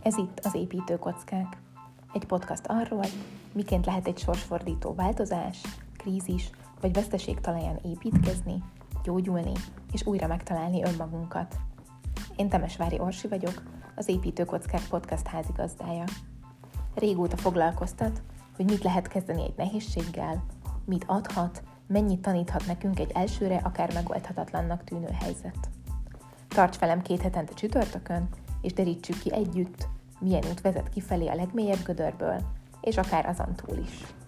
Ez itt az Építőkockák. Egy podcast arról, miként lehet egy sorsfordító változás, krízis vagy veszteség talaján építkezni, gyógyulni és újra megtalálni önmagunkat. Én Temesvári Orsi vagyok, az Építőkockák podcast házigazdája. Régóta foglalkoztat, hogy mit lehet kezdeni egy nehézséggel, mit adhat, mennyit taníthat nekünk egy elsőre akár megoldhatatlannak tűnő helyzet. Tarts velem 2 hetente csütörtökön, és derítsük ki együtt, milyen út vezet kifelé a legmélyebb gödörből, és akár azon túl is.